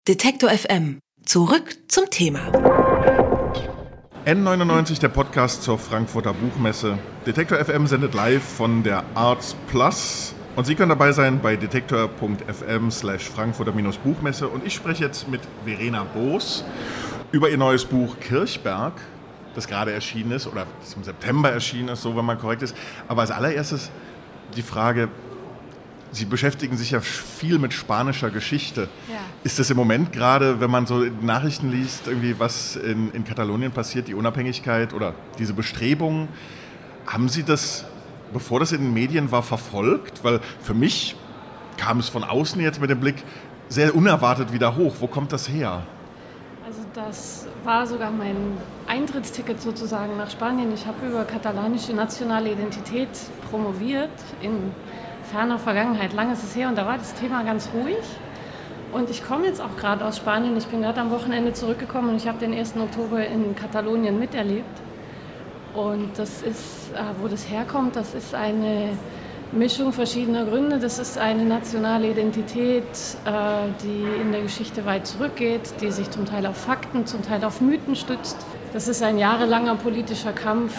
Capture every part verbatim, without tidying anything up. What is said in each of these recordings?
Detektor F M. Zurück zum Thema. N neunundneunzig, der Podcast zur Frankfurter Buchmesse. Detektor F M sendet live von der Arts Plus. Und Sie können dabei sein bei detektor punkt f m slash Frankfurter Buchmesse. Und ich spreche jetzt mit Verena Boos über ihr neues Buch Kirchberg, das gerade erschienen ist, oder das im September erschienen ist, so wenn man korrekt ist. Aber als allererstes die Frage, Sie beschäftigen sich ja viel mit spanischer Geschichte. Ja. Ist das im Moment gerade, wenn man so Nachrichten liest, irgendwie was in, in Katalonien passiert, die Unabhängigkeit oder diese Bestrebungen, haben Sie das, bevor das in den Medien war, verfolgt? Weil für mich kam es von außen jetzt mit dem Blick sehr unerwartet wieder hoch. Wo kommt das her? Also das war sogar mein Eintrittsticket sozusagen nach Spanien. Ich habe über katalanische nationale Identität promoviert in ferner Vergangenheit. Lang ist es her und da war das Thema ganz ruhig. Und ich komme jetzt auch gerade aus Spanien. Ich bin gerade am Wochenende zurückgekommen und ich habe den ersten Oktober in Katalonien miterlebt. Und das ist, wo das herkommt, das ist eine Mischung verschiedener Gründe. Das ist eine nationale Identität, die in der Geschichte weit zurückgeht, die sich zum Teil auf Fakten, zum Teil auf Mythen stützt. Das ist ein jahrelanger politischer Kampf,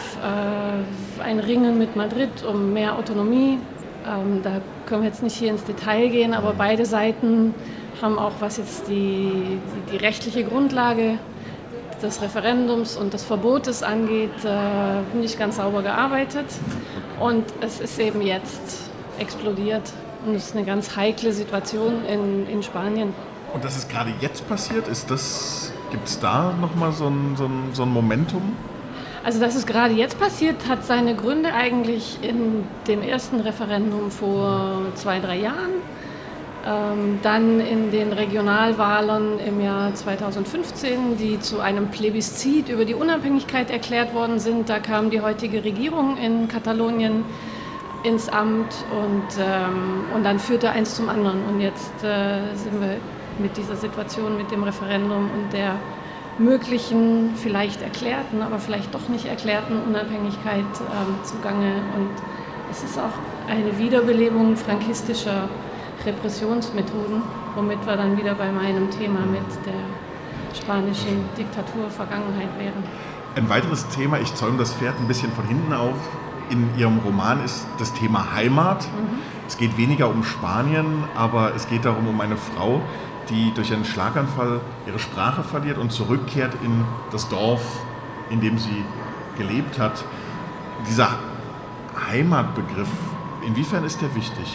ein Ringen mit Madrid um mehr Autonomie. Ähm, da können wir jetzt nicht hier ins Detail gehen, aber beide Seiten haben auch, was jetzt die, die, die rechtliche Grundlage des Referendums und des Verbotes angeht, äh, nicht ganz sauber gearbeitet. Und es ist eben jetzt explodiert und es ist eine ganz heikle Situation in, in Spanien. Und das ist gerade jetzt passiert? Ist das, gibt es da nochmal so ein, so, ein, so ein Momentum? Also dass es gerade jetzt passiert, hat seine Gründe eigentlich in dem ersten Referendum vor zwei, drei Jahren. Ähm, dann in den Regionalwahlen im Jahr zweitausendfünfzehn, die zu einem Plebiszit über die Unabhängigkeit erklärt worden sind. Da kam die heutige Regierung in Katalonien ins Amt und, ähm, und dann führte eins zum anderen. Und jetzt äh, sind wir mit dieser Situation, mit dem Referendum und der möglichen, vielleicht erklärten, aber vielleicht doch nicht erklärten Unabhängigkeit ähm, zugange. Und es ist auch eine Wiederbelebung frankistischer Repressionsmethoden, womit wir dann wieder bei meinem Thema mit der spanischen Diktatur-Vergangenheit wären. Ein weiteres Thema, ich zäume das Pferd ein bisschen von hinten auf, in Ihrem Roman ist das Thema Heimat. Mhm. Es geht weniger um Spanien, aber es geht darum, um eine Frau, die durch einen Schlaganfall ihre Sprache verliert und zurückkehrt in das Dorf, in dem sie gelebt hat. Dieser Heimatbegriff, inwiefern ist der wichtig?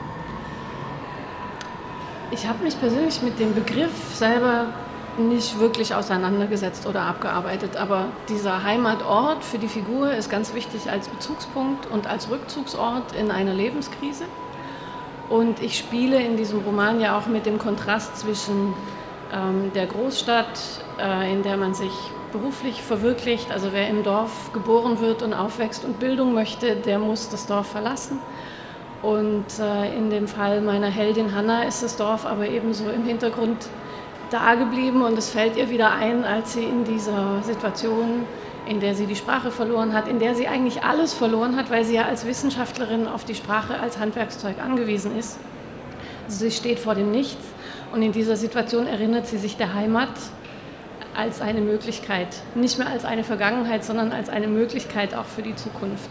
Ich habe mich persönlich mit dem Begriff selber nicht wirklich auseinandergesetzt oder abgearbeitet, aber dieser Heimatort für die Figur ist ganz wichtig als Bezugspunkt und als Rückzugsort in einer Lebenskrise. Und ich spiele in diesem Roman ja auch mit dem Kontrast zwischen ähm, der Großstadt, äh, in der man sich beruflich verwirklicht. Also wer im Dorf geboren wird und aufwächst und Bildung möchte, der muss das Dorf verlassen. Und äh, in dem Fall meiner Heldin Hannah ist das Dorf aber ebenso im Hintergrund da geblieben. Und es fällt ihr wieder ein, als sie in dieser Situation, in der sie die Sprache verloren hat, in der sie eigentlich alles verloren hat, weil sie ja als Wissenschaftlerin auf die Sprache als Handwerkszeug angewiesen ist. Also sie steht vor dem Nichts und in dieser Situation erinnert sie sich der Heimat als eine Möglichkeit, nicht mehr als eine Vergangenheit, sondern als eine Möglichkeit auch für die Zukunft.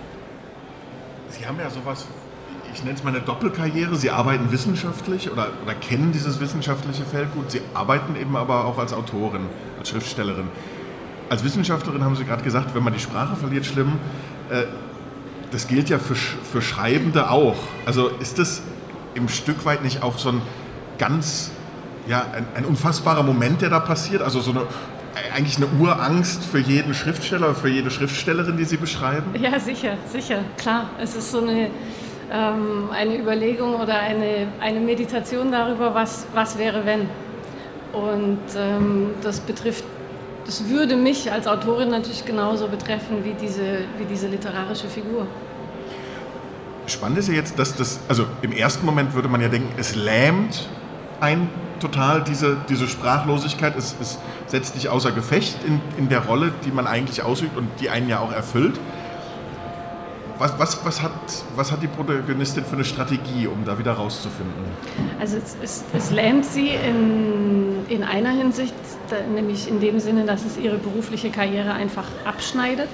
Sie haben ja sowas, ich nenne es mal eine Doppelkarriere. Sie arbeiten wissenschaftlich oder, oder kennen dieses wissenschaftliche Feld gut. Sie arbeiten eben aber auch als Autorin, als Schriftstellerin. Als Wissenschaftlerin haben Sie gerade gesagt, wenn man die Sprache verliert, schlimm. Äh, das gilt ja für, für Schreibende auch. Also ist das im Stück weit nicht auch so ein ganz, ja, ein, ein unfassbarer Moment, der da passiert? Also so eine, eigentlich eine Urangst für jeden Schriftsteller, für jede Schriftstellerin, die Sie beschreiben? Ja, sicher, sicher, klar. Es ist so eine, ähm, eine Überlegung oder eine, eine Meditation darüber, was, was wäre, wenn. Und ähm, das betrifft Das würde mich als Autorin natürlich genauso betreffen wie diese, wie diese literarische Figur. Spannend ist ja jetzt, dass das, also im ersten Moment würde man ja denken, es lähmt ein total diese, diese Sprachlosigkeit, es, es setzt dich außer Gefecht in, in der Rolle, die man eigentlich ausübt und die einen ja auch erfüllt. Was, was, was, hat, was hat die Protagonistin für eine Strategie, um da wieder rauszufinden? Also es, es, es lähmt sie in einer Hinsicht, nämlich in dem Sinne, dass es ihre berufliche Karriere einfach abschneidet.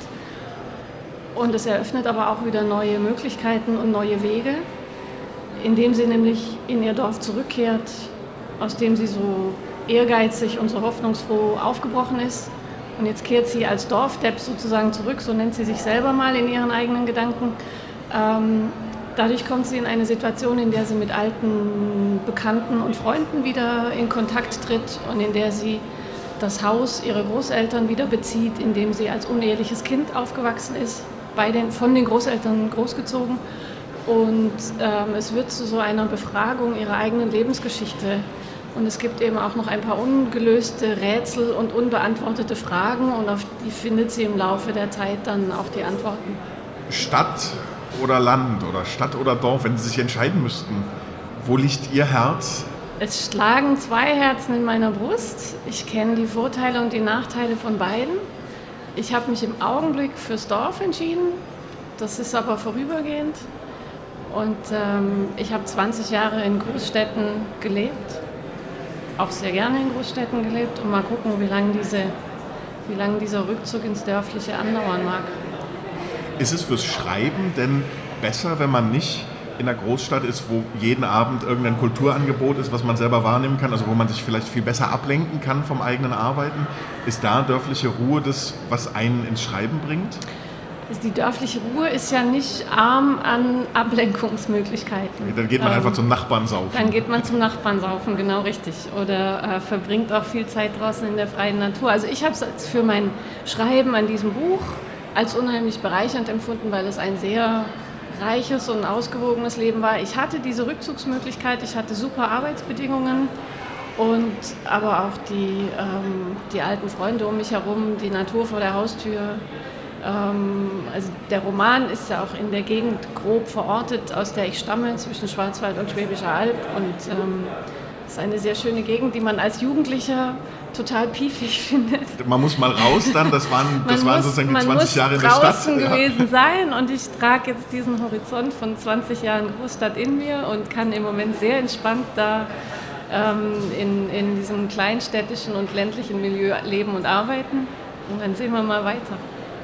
Und es eröffnet aber auch wieder neue Möglichkeiten und neue Wege, indem sie nämlich in ihr Dorf zurückkehrt, aus dem sie so ehrgeizig und so hoffnungsfroh aufgebrochen ist. Und jetzt kehrt sie als Dorfdepp sozusagen zurück, so nennt sie sich selber mal in ihren eigenen Gedanken. Ähm, dadurch kommt sie in eine Situation, in der sie mit alten Bekannten und Freunden wieder in Kontakt tritt und in der sie das Haus ihrer Großeltern wieder bezieht, in dem sie als uneheliches Kind aufgewachsen ist, bei den, von den Großeltern großgezogen. Und ähm, es wird zu so einer Befragung ihrer eigenen Lebensgeschichte. Und es gibt eben auch noch ein paar ungelöste Rätsel und unbeantwortete Fragen und auf die findet sie im Laufe der Zeit dann auch die Antworten. Stadt oder Land oder Stadt oder Dorf, wenn Sie sich entscheiden müssten, wo liegt Ihr Herz? Es schlagen zwei Herzen in meiner Brust. Ich kenne die Vorteile und die Nachteile von beiden. Ich habe mich im Augenblick fürs Dorf entschieden. Das ist aber vorübergehend. Und ähm, ich habe zwanzig Jahre in Großstädten gelebt. Auch sehr gerne in Großstädten gelebt und mal gucken, wie lange diese, wie lange dieser Rückzug ins Dörfliche andauern mag. Ist es fürs Schreiben denn besser, wenn man nicht in einer Großstadt ist, wo jeden Abend irgendein Kulturangebot ist, was man selber wahrnehmen kann, also wo man sich vielleicht viel besser ablenken kann vom eigenen Arbeiten? Ist da dörfliche Ruhe das, was einen ins Schreiben bringt? Die dörfliche Ruhe ist ja nicht arm an Ablenkungsmöglichkeiten. Dann geht man ähm, einfach zum Nachbarn saufen. Dann geht man zum Nachbarn saufen, genau richtig. Oder äh, verbringt auch viel Zeit draußen in der freien Natur. Also ich habe es für mein Schreiben an diesem Buch als unheimlich bereichernd empfunden, weil es ein sehr reiches und ausgewogenes Leben war. Ich hatte diese Rückzugsmöglichkeit, ich hatte super Arbeitsbedingungen und aber auch die, ähm, die alten Freunde um mich herum, die Natur vor der Haustür. Also der Roman ist ja auch in der Gegend grob verortet, aus der ich stamme, zwischen Schwarzwald und Schwäbischer Alb. Und ähm, es ist eine sehr schöne Gegend, die man als Jugendlicher total piefig findet. Man muss mal raus dann, das waren, das waren sozusagen die zwanzig Jahre in der Stadt. Man muss draußen gewesen sein und ich trage jetzt diesen Horizont von zwanzig Jahren Großstadt in mir und kann im Moment sehr entspannt da ähm, in, in diesem kleinstädtischen und ländlichen Milieu leben und arbeiten. Und dann sehen wir mal weiter.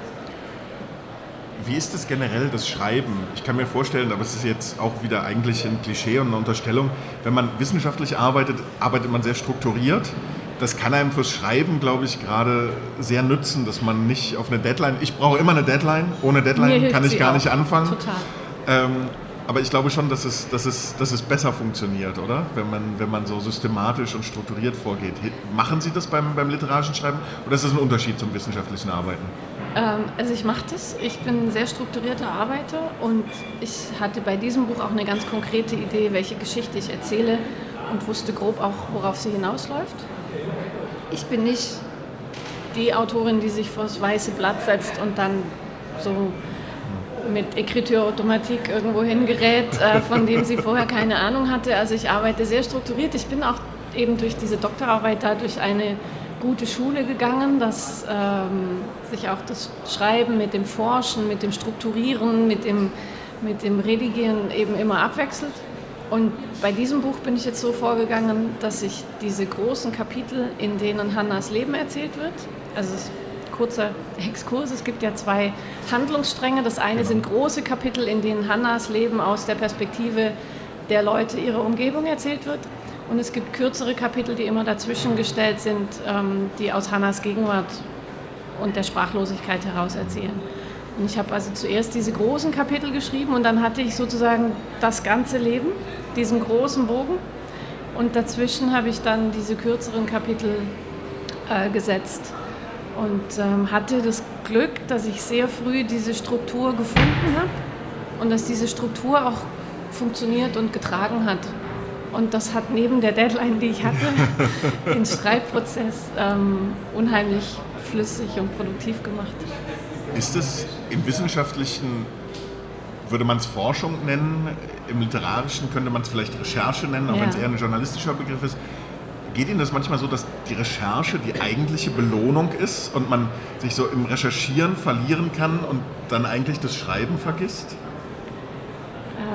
Wie ist das generell, das Schreiben? Ich kann mir vorstellen, aber es ist jetzt auch wieder eigentlich ein Klischee und eine Unterstellung, wenn man wissenschaftlich arbeitet, arbeitet man sehr strukturiert. Das kann einem fürs Schreiben, glaube ich, gerade sehr nützen, dass man nicht auf eine Deadline, ich brauche immer eine Deadline, ohne Deadline kann ich gar nicht anfangen. Total. Ähm, aber ich glaube schon, dass es, dass es, dass es besser funktioniert, oder? Wenn man, wenn man so systematisch und strukturiert vorgeht. Machen Sie das beim, beim literarischen Schreiben oder ist das ein Unterschied zum wissenschaftlichen Arbeiten? Also ich mache das. Ich bin ein sehr strukturierter Arbeiter und ich hatte bei diesem Buch auch eine ganz konkrete Idee, welche Geschichte ich erzähle und wusste grob auch, worauf sie hinausläuft. Ich bin nicht die Autorin, die sich vors weiße Blatt setzt und dann so mit Écriture-Automatik irgendwo hingerät, von dem sie vorher keine Ahnung hatte. Also ich arbeite sehr strukturiert. Ich bin auch eben durch diese Doktorarbeit dadurch eine gute Schule gegangen, dass ähm, sich auch das Schreiben mit dem Forschen, mit dem Strukturieren, mit dem, mit dem Redigieren eben immer abwechselt. Und bei diesem Buch bin ich jetzt so vorgegangen, dass ich diese großen Kapitel, in denen Hannas Leben erzählt wird, also es ist ein kurzer Exkurs, es gibt ja zwei Handlungsstränge. Das eine sind große Kapitel, in denen Hannas Leben aus der Perspektive der Leute ihrer Umgebung erzählt wird. Und es gibt kürzere Kapitel, die immer dazwischen gestellt sind, ähm, die aus Hannas Gegenwart und der Sprachlosigkeit heraus erzählen. Und ich habe also zuerst diese großen Kapitel geschrieben und dann hatte ich sozusagen das ganze Leben, diesen großen Bogen. Und dazwischen habe ich dann diese kürzeren Kapitel äh, gesetzt und ähm, hatte das Glück, dass ich sehr früh diese Struktur gefunden habe und dass diese Struktur auch funktioniert und getragen hat. Und das hat neben der Deadline, die ich hatte, den Schreibprozess ähm, unheimlich flüssig und produktiv gemacht. Ist es im Wissenschaftlichen, würde man es Forschung nennen, im Literarischen könnte man es vielleicht Recherche nennen, auch ja. wenn es eher ein journalistischer Begriff ist. Geht Ihnen das manchmal so, dass die Recherche die eigentliche Belohnung ist und man sich so im Recherchieren verlieren kann und dann eigentlich das Schreiben vergisst?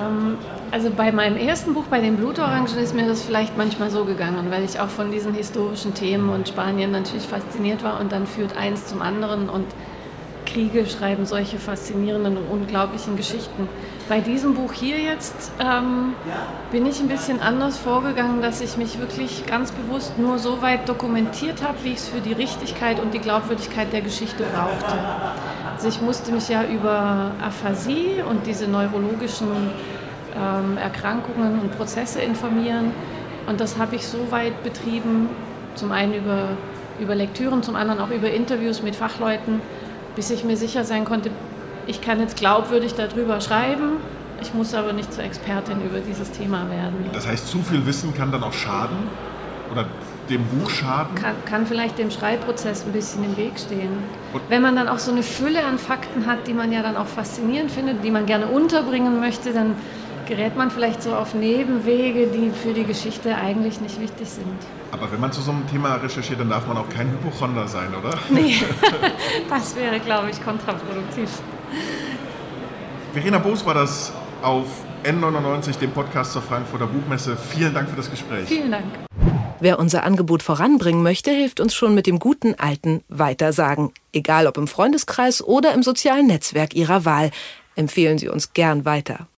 Ähm, also bei meinem ersten Buch, bei den Blutorangen, ist mir das vielleicht manchmal so gegangen, weil ich auch von diesen historischen Themen und Spanien natürlich fasziniert war und dann führt eins zum anderen und Kriege schreiben solche faszinierenden und unglaublichen Geschichten. Bei diesem Buch hier jetzt ähm, bin ich ein bisschen anders vorgegangen, dass ich mich wirklich ganz bewusst nur so weit dokumentiert habe, wie ich es für die Richtigkeit und die Glaubwürdigkeit der Geschichte brauchte. Also ich musste mich ja über Aphasie und diese neurologischen ähm, Erkrankungen und Prozesse informieren und das habe ich so weit betrieben, zum einen über, über Lektüren, zum anderen auch über Interviews mit Fachleuten, bis ich mir sicher sein konnte, ich kann jetzt glaubwürdig darüber schreiben, ich muss aber nicht zur Expertin über dieses Thema werden. Das heißt, zu viel Wissen kann dann auch schaden? Oder dem Buch schaden? Kann, kann vielleicht dem Schreibprozess ein bisschen im Weg stehen. Und wenn man dann auch so eine Fülle an Fakten hat, die man ja dann auch faszinierend findet, die man gerne unterbringen möchte, dann gerät man vielleicht so auf Nebenwege, die für die Geschichte eigentlich nicht wichtig sind. Aber wenn man zu so einem Thema recherchiert, dann darf man auch kein Hypochonder sein, oder? Nee, das wäre, glaube ich, kontraproduktiv. Verena Boos war das auf N neunundneunzig, dem Podcast zur Frankfurter Buchmesse. Vielen Dank für das Gespräch. Vielen Dank. Wer unser Angebot voranbringen möchte, hilft uns schon mit dem guten alten Weitersagen. Egal ob im Freundeskreis oder im sozialen Netzwerk Ihrer Wahl. Empfehlen Sie uns gern weiter.